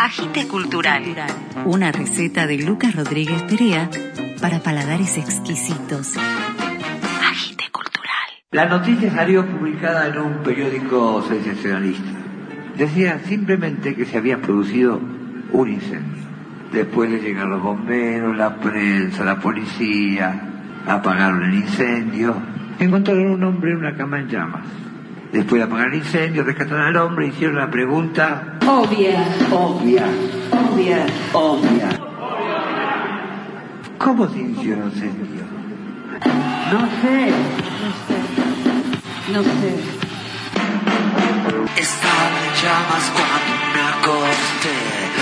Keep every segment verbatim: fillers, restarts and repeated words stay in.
Agite Cultural. Una receta de Lucas Rodríguez Perea para paladares exquisitos. Agite Cultural. La noticia salió publicada en un periódico sensacionalista. Decía simplemente que se había producido un incendio. Después de llegar los bomberos, la prensa, la policía, apagaron el incendio. Encontraron un hombre en una cama en llamas. Después de apagar el incendio, rescataron al hombre y hicieron la pregunta obvia, obvia, obvia, obvia. ¿Cómo se inició el incendio? No sé, no sé, no sé. Estaba en llamas cuando me acosté.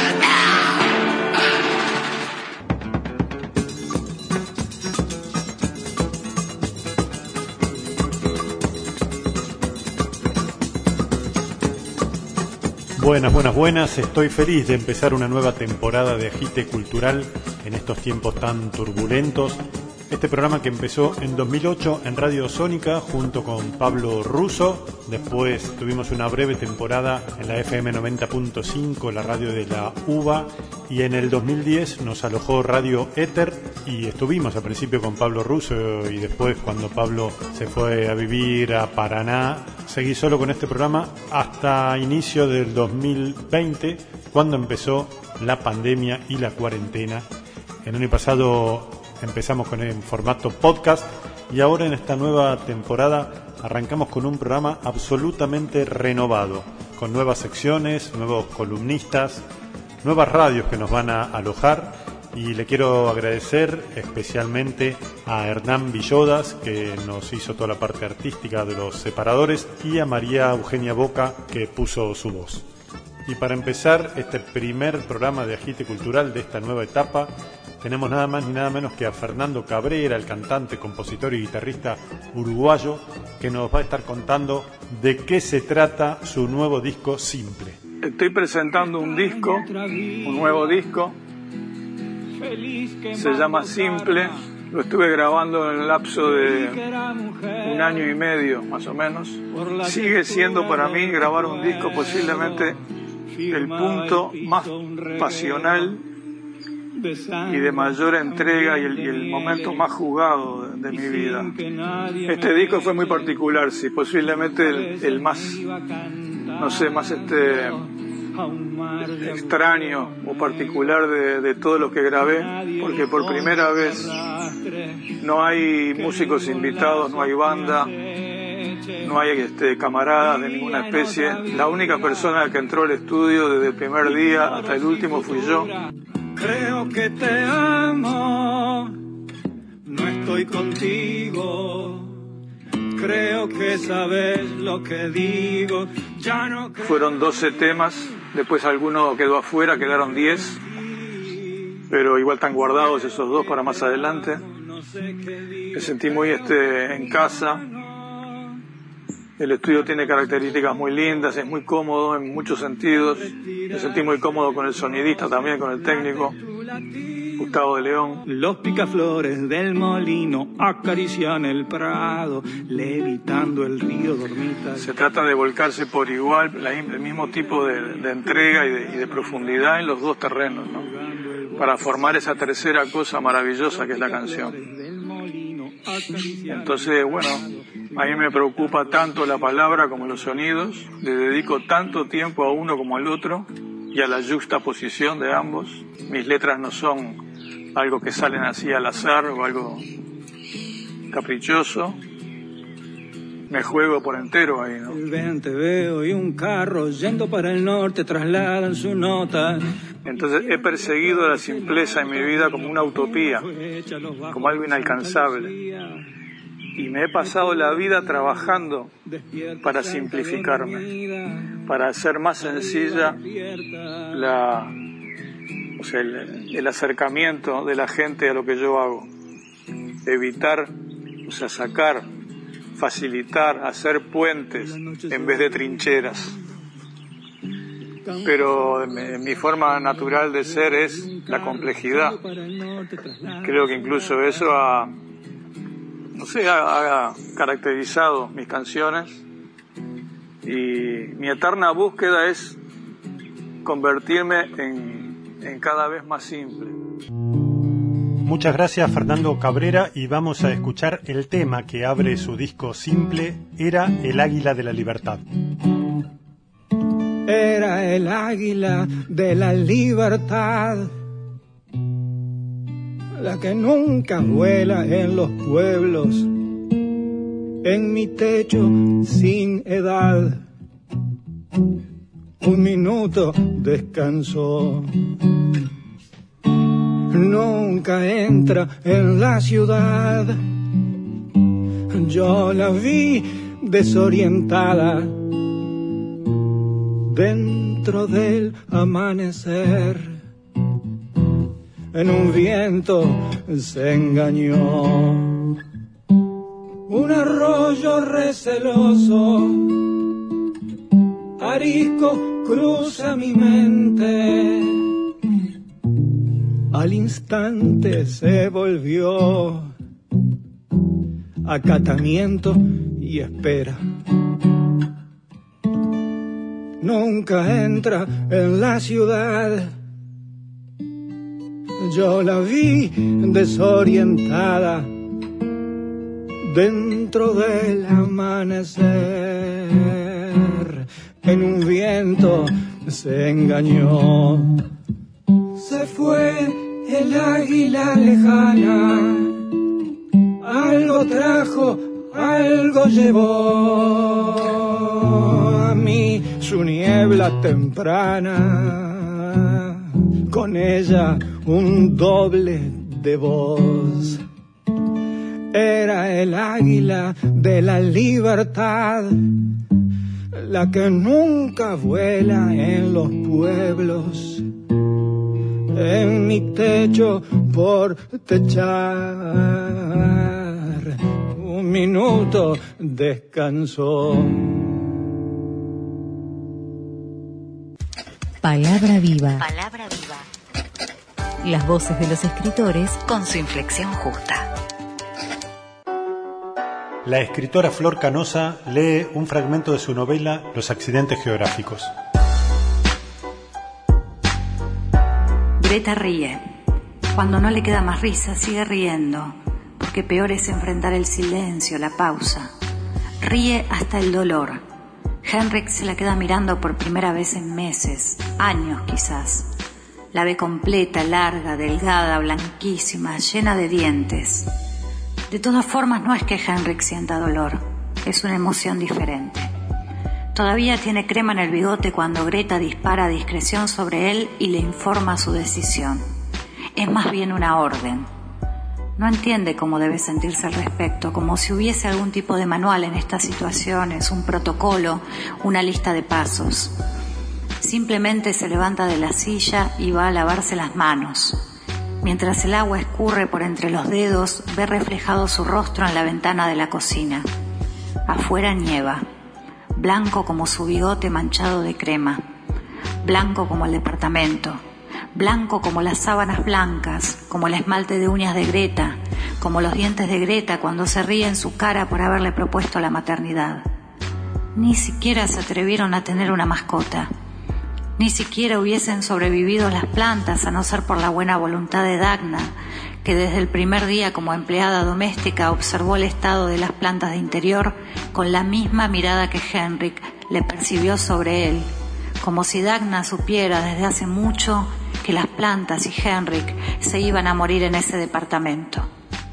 Buenas, buenas, buenas. Estoy feliz de empezar una nueva temporada de Agite Cultural en estos tiempos tan turbulentos. Este programa que empezó en dos mil ocho en Radio Sónica junto con Pablo Russo. Después tuvimos una breve temporada en la F M noventa punto cinco, la radio de la U B A. Y en el dos mil diez nos alojó Radio Éter y estuvimos al principio con Pablo Russo y después cuando Pablo se fue a vivir a Paraná, seguí solo con este programa hasta inicio del dos mil veinte, cuando empezó la pandemia y la cuarentena. El año pasado empezamos con el formato podcast y ahora en esta nueva temporada arrancamos con un programa absolutamente renovado, con nuevas secciones, nuevos columnistas, nuevas radios que nos van a alojar. Y le quiero agradecer especialmente a Hernán Villodas, que nos hizo toda la parte artística de los separadores, y a María Eugenia Boca, que puso su voz. Y para empezar este primer programa de Agite Cultural de esta nueva etapa, tenemos nada más ni nada menos que a Fernando Cabrera, el cantante, compositor y guitarrista uruguayo, que nos va a estar contando de qué se trata su nuevo disco Simple. Estoy presentando un disco, un nuevo disco, se llama Simple, lo estuve grabando en el lapso de un año y medio más o menos. Sigue siendo para mí grabar un disco posiblemente el punto más pasional y de mayor entrega y el, y el momento más jugado de, de mi vida. Este disco fue muy particular, sí, posiblemente el, el más, no sé, más este extraño o particular de, de todo lo que grabé, porque por primera vez no hay músicos invitados, no hay banda, no hay este, camaradas de ninguna especie. La única persona que entró al estudio desde el primer día hasta el último fui yo. Creo que te amo, no estoy contigo. Creo que sabes lo que digo. Ya no creo... Fueron doce temas, después alguno quedó afuera, quedaron diez, pero igual están guardados esos dos para más adelante. Me sentí muy este, en casa. El estudio tiene características muy lindas, es muy cómodo en muchos sentidos. Me sentí muy cómodo con el sonidista también, con el técnico, Gustavo de León. Los picaflores del molino acarician el prado, levitando el río dormita. Se trata de volcarse por igual, la, el mismo tipo de, de entrega y de, y de profundidad en los dos terrenos, ¿no? Para formar esa tercera cosa maravillosa que es la canción. Entonces, bueno, a mí me preocupa tanto la palabra como los sonidos, le dedico tanto tiempo a uno como al otro y a la yuxtaposición de ambos. Mis letras no son algo que salen así al azar o algo caprichoso. Me juego por entero ahí, ¿no? Ven, te veo y un carro yendo para el norte trasladan su nota. Entonces he perseguido la simpleza en mi vida como una utopía, como algo inalcanzable. Y me he pasado la vida trabajando para simplificarme, para hacer más sencilla la, o sea, el, el acercamiento de la gente a lo que yo hago. Evitar, o sea, sacar, facilitar, hacer puentes en vez de trincheras. Pero mi forma natural de ser es la complejidad. Creo que incluso eso ha, no sé, ha, ha caracterizado mis canciones, y mi eterna búsqueda es convertirme en, en cada vez más simple. Muchas gracias, Fernando Cabrera, y vamos a escuchar el tema que abre su disco Simple, Era el Águila de la Libertad. Era el águila de la libertad, la que nunca vuela en los pueblos, en mi techo sin edad. Un minuto descansó. Nunca entra en la ciudad. Yo la vi desorientada dentro del amanecer. En un viento se engañó. Un arroyo receloso, arisco cruza mi mente. Al instante se volvió acatamiento y espera. Nunca entra en la ciudad. Yo la vi desorientada dentro del amanecer. En un viento se engañó. Se fue el águila lejana, algo trajo, algo llevó. A mí su niebla temprana, con ella un doble de voz. Era el águila de la libertad, la que nunca vuela en los pueblos. En mi techo por techar, un minuto descansó. Palabra viva. Palabra viva. Las voces de los escritores con su inflexión justa. La escritora Flor Canosa lee un fragmento de su novela Los accidentes geográficos. Greta ríe. Cuando no le queda más risa, sigue riendo, porque peor es enfrentar el silencio, la pausa. Ríe hasta el dolor. Henrik se la queda mirando por primera vez en meses, años quizás. La ve completa, larga, delgada, blanquísima, llena de dientes. De todas formas, no es que Henrik sienta dolor, es una emoción diferente. Todavía tiene crema en el bigote cuando Greta dispara a discreción sobre él y le informa su decisión. Es más bien una orden. No entiende cómo debe sentirse al respecto, como si hubiese algún tipo de manual en estas situaciones, un protocolo, una lista de pasos. Simplemente se levanta de la silla y va a lavarse las manos. Mientras el agua escurre por entre los dedos, ve reflejado su rostro en la ventana de la cocina. Afuera nieva. Blanco como su bigote manchado de crema, blanco como el departamento, blanco como las sábanas blancas, como el esmalte de uñas de Greta, como los dientes de Greta cuando se ríe en su cara por haberle propuesto la maternidad. Ni siquiera se atrevieron a tener una mascota, ni siquiera hubiesen sobrevivido las plantas a no ser por la buena voluntad de Dagna, que desde el primer día como empleada doméstica observó el estado de las plantas de interior con la misma mirada que Henrik le percibió sobre él, como si Dagna supiera desde hace mucho que las plantas y Henrik se iban a morir en ese departamento.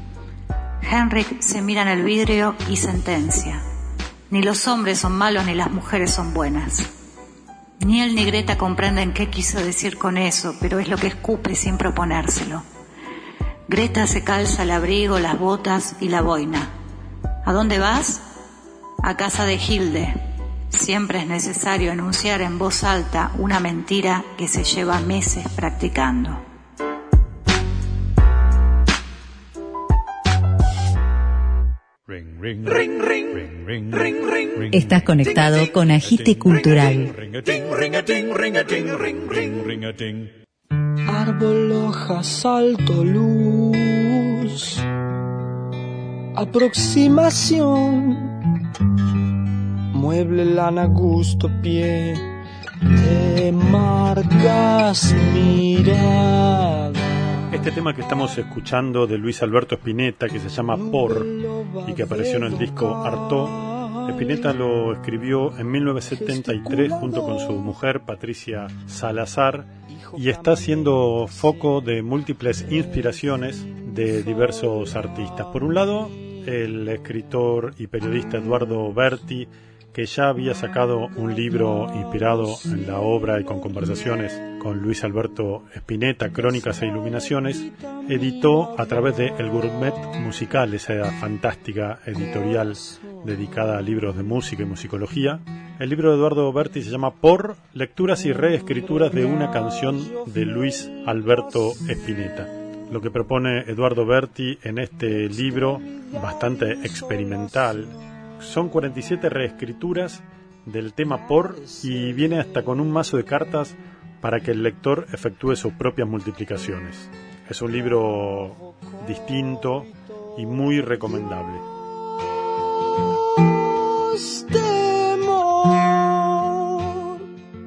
Henrik se mira en el vidrio y sentencia: ni los hombres son malos ni las mujeres son buenas. Ni él ni Greta comprenden qué quiso decir con eso, pero es lo que escupe sin proponérselo. Greta se calza el abrigo, las botas y la boina. ¿A dónde vas? A casa de Hilde. Siempre es necesario enunciar en voz alta una mentira que se lleva meses practicando. Estás conectado con Agite Cultural. Árbol, hoja, salto, luz, aproximación, mueble, lana, gusto, pie, te marco otras miradas. Este tema que estamos escuchando de Luis Alberto Spinetta, que se llama Por, y que apareció en el disco Artaud, Spinetta lo escribió en mil novecientos setenta y tres junto con su mujer Patricia Salazar, y está siendo foco de múltiples inspiraciones de diversos artistas. Por un lado, el escritor y periodista Eduardo Berti, que ya había sacado un libro inspirado en la obra y con conversaciones con Luis Alberto Spinetta, Crónicas e Iluminaciones, editó a través de El Gourmet Musical, esa fantástica editorial dedicada a libros de música y musicología. El libro de Eduardo Berti se llama Por, lecturas y reescrituras de una canción de Luis Alberto Spinetta. Lo que propone Eduardo Berti en este libro, bastante experimental, son cuarenta y siete reescrituras del tema Por, y viene hasta con un mazo de cartas para que el lector efectúe sus propias multiplicaciones. Es un libro distinto y muy recomendable. Temor,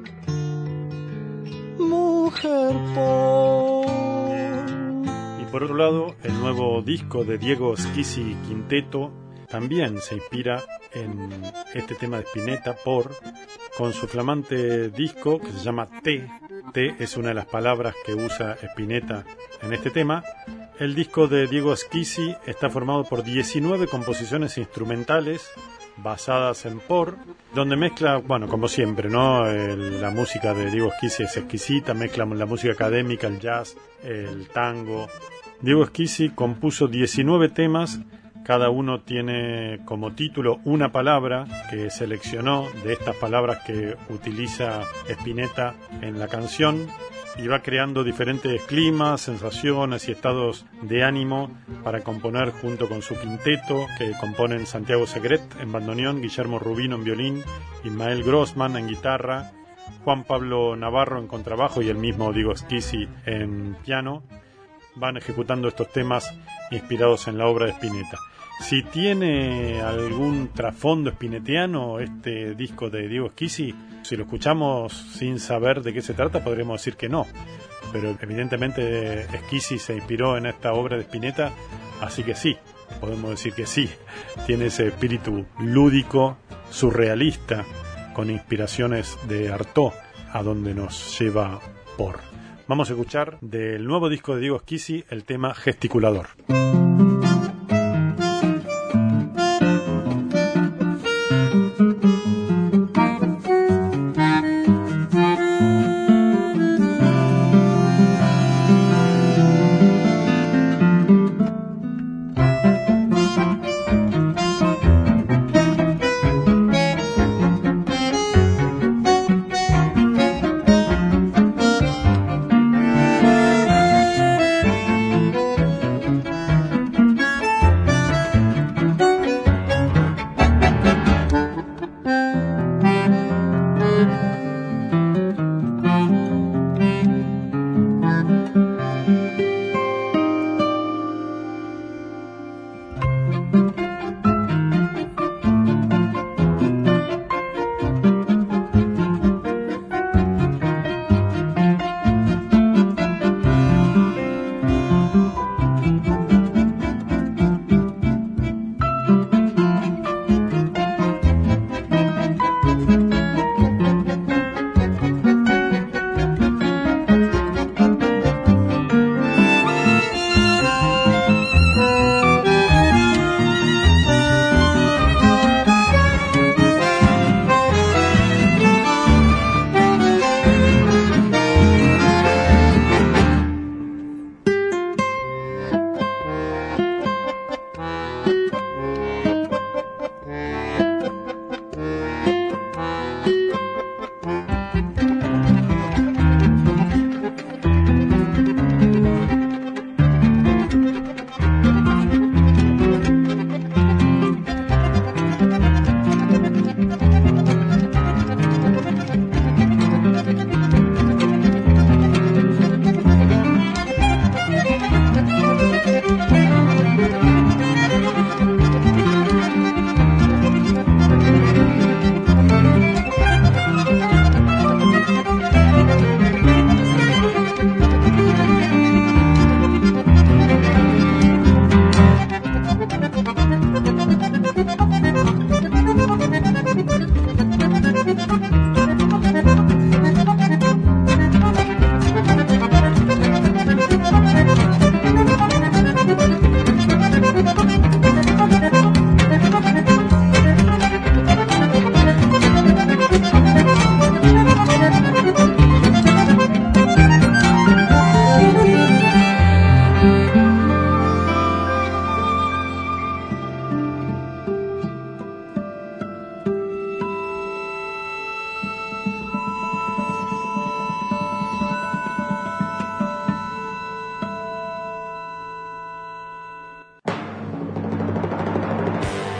mujer por. Y por otro lado, el nuevo disco de Diego Schizzi Quinteto también se inspira en este tema de Spinetta, Por, con su flamante disco que se llama T. T es una de las palabras que usa Spinetta en este tema. El disco de Diego Schizzi está formado por diecinueve composiciones instrumentales basadas en Por, donde mezcla, bueno, como siempre, ¿no? El, la música de Diego Schizzi es exquisita, mezcla la música académica, el jazz, el tango. Diego Schizzi compuso diecinueve temas. Cada uno tiene como título una palabra que seleccionó de estas palabras que utiliza Spinetta en la canción, y va creando diferentes climas, sensaciones y estados de ánimo para componer junto con su quinteto, que componen Santiago Segret en bandoneón, Guillermo Rubino en violín, Ismael Grossman en guitarra, Juan Pablo Navarro en contrabajo y el mismo Diego Schizzi en piano. Van ejecutando estos temas inspirados en la obra de Spinetta. Si tiene algún trasfondo spinettiano este disco de Diego Schizzi, si lo escuchamos sin saber de qué se trata, podríamos decir que no. Pero evidentemente Schizzi se inspiró en esta obra de Spinetta, así que sí, podemos decir que sí. Tiene ese espíritu lúdico, surrealista, con inspiraciones de Artaud, a donde nos lleva Por. Vamos a escuchar del nuevo disco de Diego Schizzi el tema Gesticulador.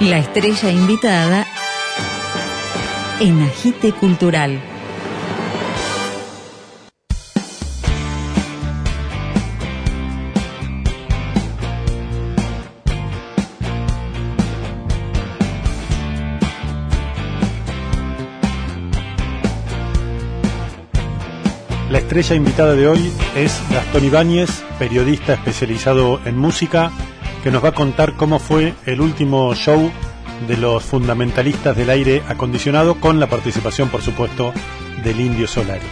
La estrella invitada en Agite Cultural. La estrella invitada de hoy es Gastón Ibáñez, periodista especializado en música, que nos va a contar cómo fue el último show de los fundamentalistas del aire acondicionado, con la participación, por supuesto, del Indio Solari.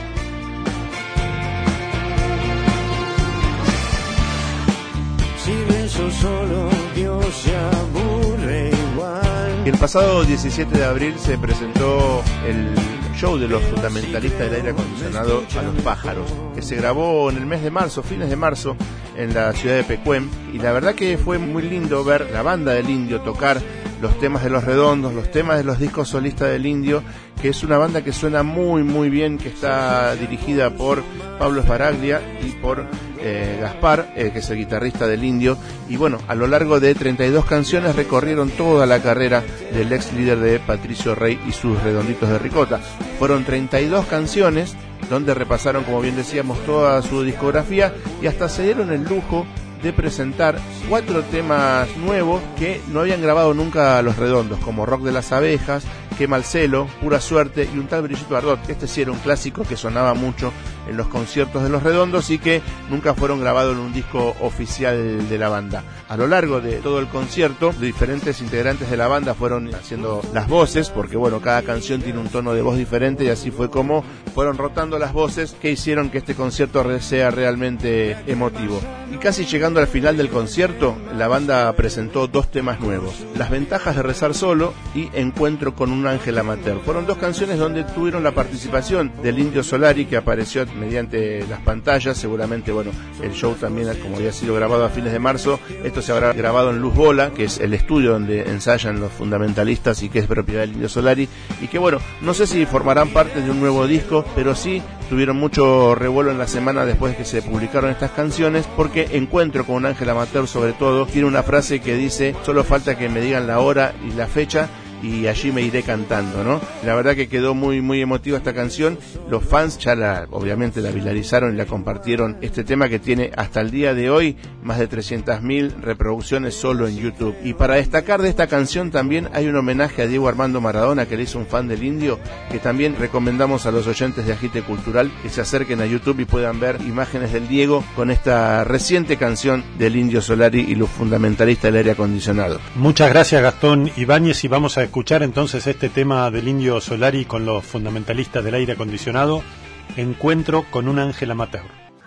Si beso solo, Dios se aburre igual. El pasado diecisiete de abril se presentó el show de los fundamentalistas del aire acondicionado a los pájaros, que se grabó en el mes de marzo, fines de marzo, en la ciudad de Pecuén, y la verdad que fue muy lindo ver la banda del Indio tocar los temas de Los Redondos, los temas de los discos solistas del Indio, que es una banda que suena muy muy bien, que está dirigida por Pablo Sbaraglia y por eh, Gaspar, eh, que es el guitarrista del Indio, y bueno, a lo largo de treinta y dos canciones recorrieron toda la carrera del ex líder de Patricio Rey y sus Redonditos de Ricota. Fueron treinta y dos canciones donde repasaron, como bien decíamos, toda su discografía, y hasta se dieron el lujo de presentar cuatro temas nuevos que no habían grabado nunca Los Redondos, como Rock de las Abejas, Quema el Celo, Pura Suerte y Un Tal Brillito Ardot. Este sí era un clásico que sonaba mucho en los conciertos de Los Redondos y que nunca fueron grabados en un disco oficial de la banda. A lo largo de todo el concierto, diferentes integrantes de la banda fueron haciendo las voces, porque bueno, cada canción tiene un tono de voz diferente, y así fue como fueron rotando las voces que hicieron que este concierto sea realmente emotivo. Y casi llegando al final del concierto, la banda presentó dos temas nuevos: Las Ventajas de Rezar Solo y Encuentro con un Ángel Amateur. Fueron dos canciones donde tuvieron la participación del Indio Solari, que apareció mediante las pantallas. Seguramente, bueno, el show también, como había sido grabado a fines de marzo, esto se habrá grabado en Luz Bola, que es el estudio donde ensayan los fundamentalistas y que es propiedad del Indio Solari, y que bueno, no sé si formarán parte de un nuevo disco, pero sí tuvieron mucho revuelo en la semana después de que se publicaron estas canciones, porque Encuentro con un Ángel Amateur, sobre todo, tiene una frase que dice: solo falta que me digan la hora y la fecha y allí me iré cantando, ¿no? La verdad que quedó muy muy emotiva esta canción. Los fans ya la, obviamente la viralizaron y la compartieron, este tema que tiene hasta el día de hoy más de trescientas mil reproducciones solo en YouTube. Y para destacar de esta canción también hay un homenaje a Diego Armando Maradona, que le hizo un fan del Indio, que también recomendamos a los oyentes de Agite Cultural que se acerquen a YouTube y puedan ver imágenes del Diego con esta reciente canción del Indio Solari y los fundamentalistas del aire acondicionado. Muchas gracias, Gastón Ibáñez, y vamos a escuchar entonces este tema del Indio Solari con los fundamentalistas del aire acondicionado, Encuentro con un Ángel Amateur.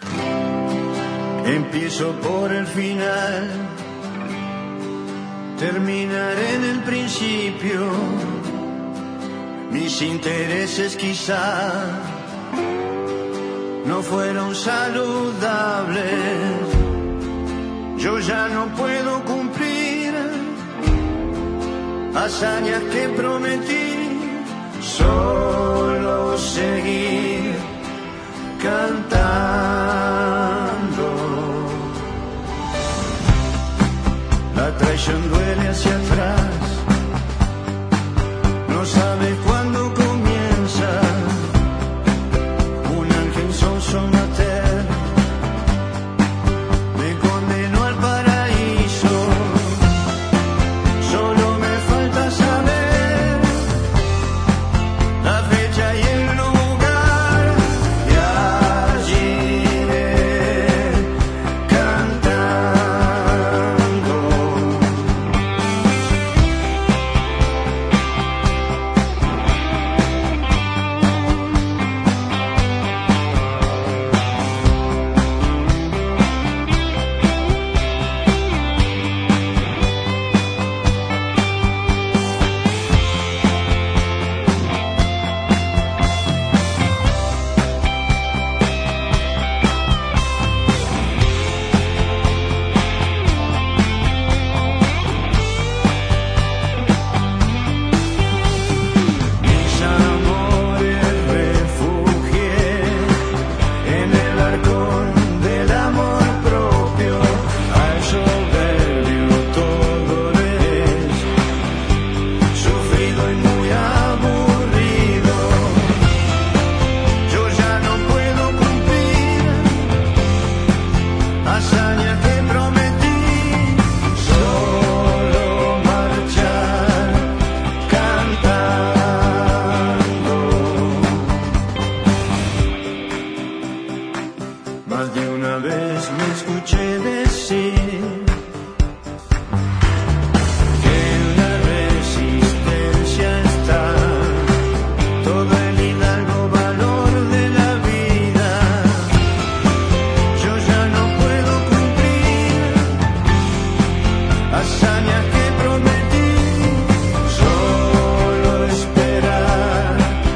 Empiezo por el final, terminaré en el principio. Mis intereses quizá no fueron saludables. Yo ya no puedo cumplir hazañas que prometí, solo seguir cantando. La traición duele hacia atrás, no sabes cuándo comienza. Un ángel sonso amateur me condenó al paraíso. Solo me falta saber la fecha y el lugar, y allí iré cantando. una vez me escuché decir que en la resistencia está todo el hidalgo valor de la vida. Yo ya no puedo cumplir hazañas que prometí, solo esperar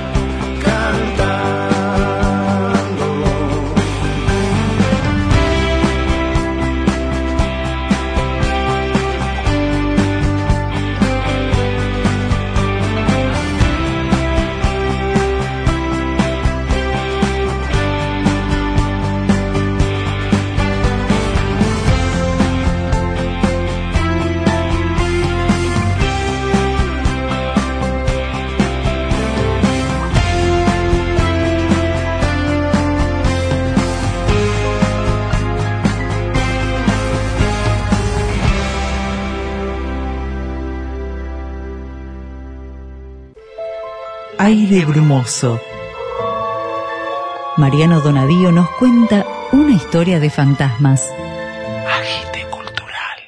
cantando. Aire brumoso. Mariano Donadío nos cuenta una historia de fantasmas. Agite cultural.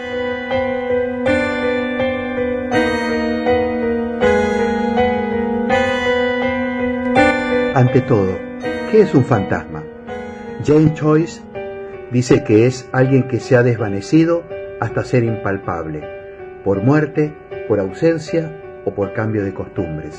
Ante todo, ¿qué es un fantasma? James Joyce dice que es alguien que se ha desvanecido hasta ser impalpable, por muerte, por ausencia o por cambio de costumbres.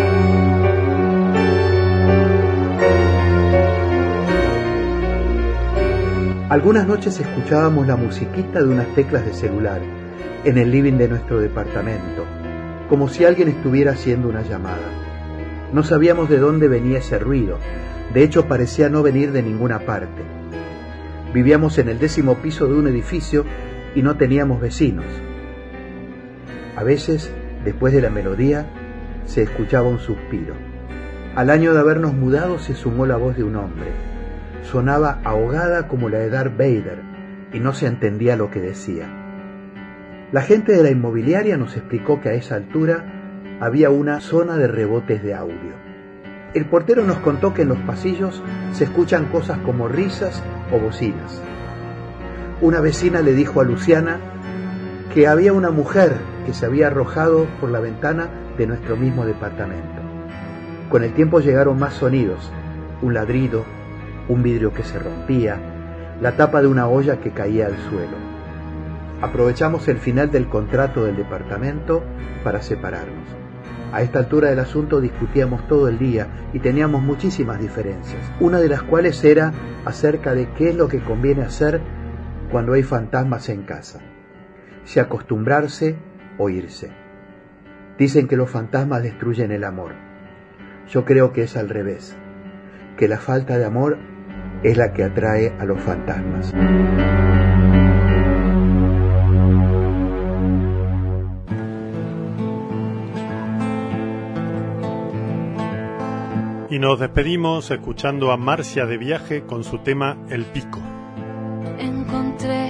Algunas noches escuchábamos la musiquita de unas teclas de celular en el living de nuestro departamento, como si alguien estuviera haciendo una llamada. No sabíamos de dónde venía ese ruido, de hecho parecía no venir de ninguna parte. Vivíamos en el décimo piso de un edificio y no teníamos vecinos. A veces, después de la melodía, se escuchaba un suspiro. Al año de habernos mudado se sumó la voz de un hombre. Sonaba ahogada como la de Darth Vader y no se entendía lo que decía. La gente de la inmobiliaria nos explicó que a esa altura había una zona de rebotes de audio. El portero nos contó que en los pasillos se escuchan cosas como risas o bocinas. Una vecina le dijo a Luciana que había una mujer que se había arrojado por la ventana de nuestro mismo departamento. Con el tiempo llegaron más sonidos, un ladrido, un vidrio que se rompía, la tapa de una olla que caía al suelo. Aprovechamos el final del contrato del departamento para separarnos. A esta altura del asunto discutíamos todo el día y teníamos muchísimas diferencias, una de las cuales era acerca de qué es lo que conviene hacer cuando hay fantasmas en casa, si acostumbrarse o irse. Dicen que los fantasmas destruyen el amor. Yo creo que es al revés, que la falta de amor es la que atrae a los fantasmas. Y nos despedimos escuchando a Marcia de Viaje con su tema El Pico. Encontré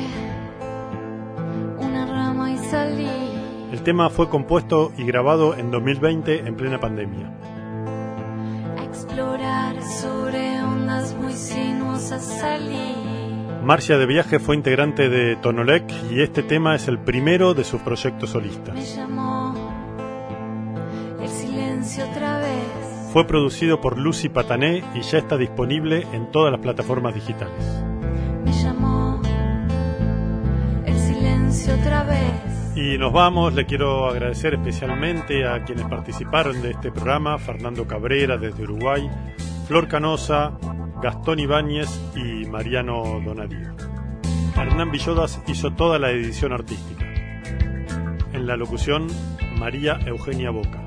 una rama y salí. El tema fue compuesto y grabado en dos mil veinte en plena pandemia. A explorar sobre ondas muy sinuosas salí. Marcia de Viaje fue integrante de Tonolec y este tema es el primero de sus proyectos solistas. Me llamó el silencio otra vez. Fue producido por Lucy Patané y ya está disponible en todas las plataformas digitales. Me llamó el silencio otra vez. Y nos vamos, le quiero agradecer especialmente a quienes participaron de este programa: Fernando Cabrera desde Uruguay, Flor Canosa, Gastón Ibáñez y Mariano Donadío. Hernán Villodas hizo toda la edición artística. En la locución, María Eugenia Boca.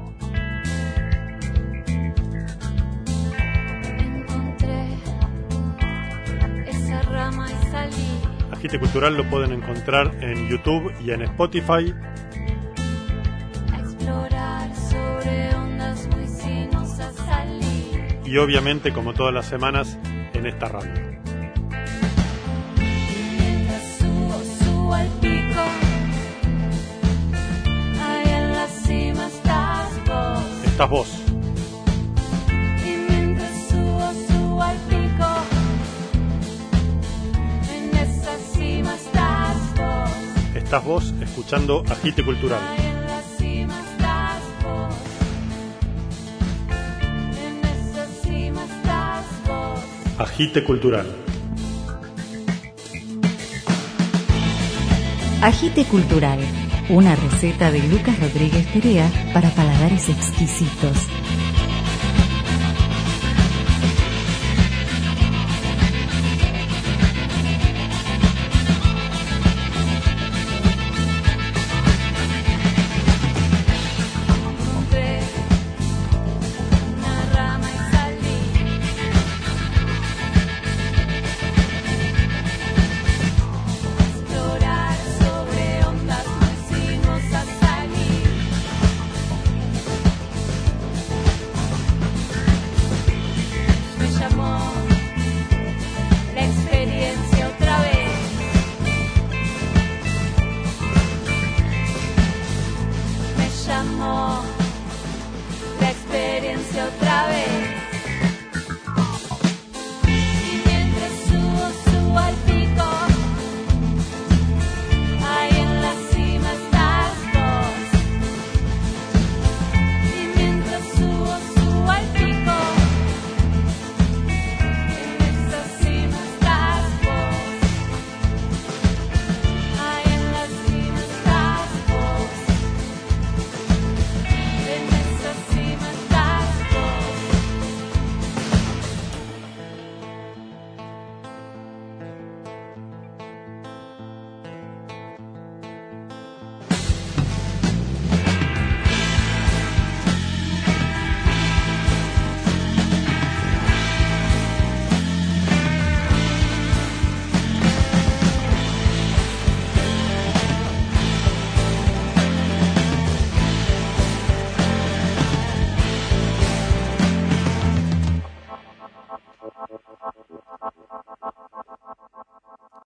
Agite Cultural lo pueden encontrar en YouTube y en Spotify. Explorar sobre ondas muy sinuosas salí. Y obviamente, como todas las semanas, en esta radio. Mientras subo, subo al pico. Ahí en la cima estás vos. Estás vos. Y mientras subo, subo al pico. estás vos escuchando Agite Cultural. Agite Cultural. Agite Cultural, una receta de Lucas Rodríguez Perea para paladares exquisitos.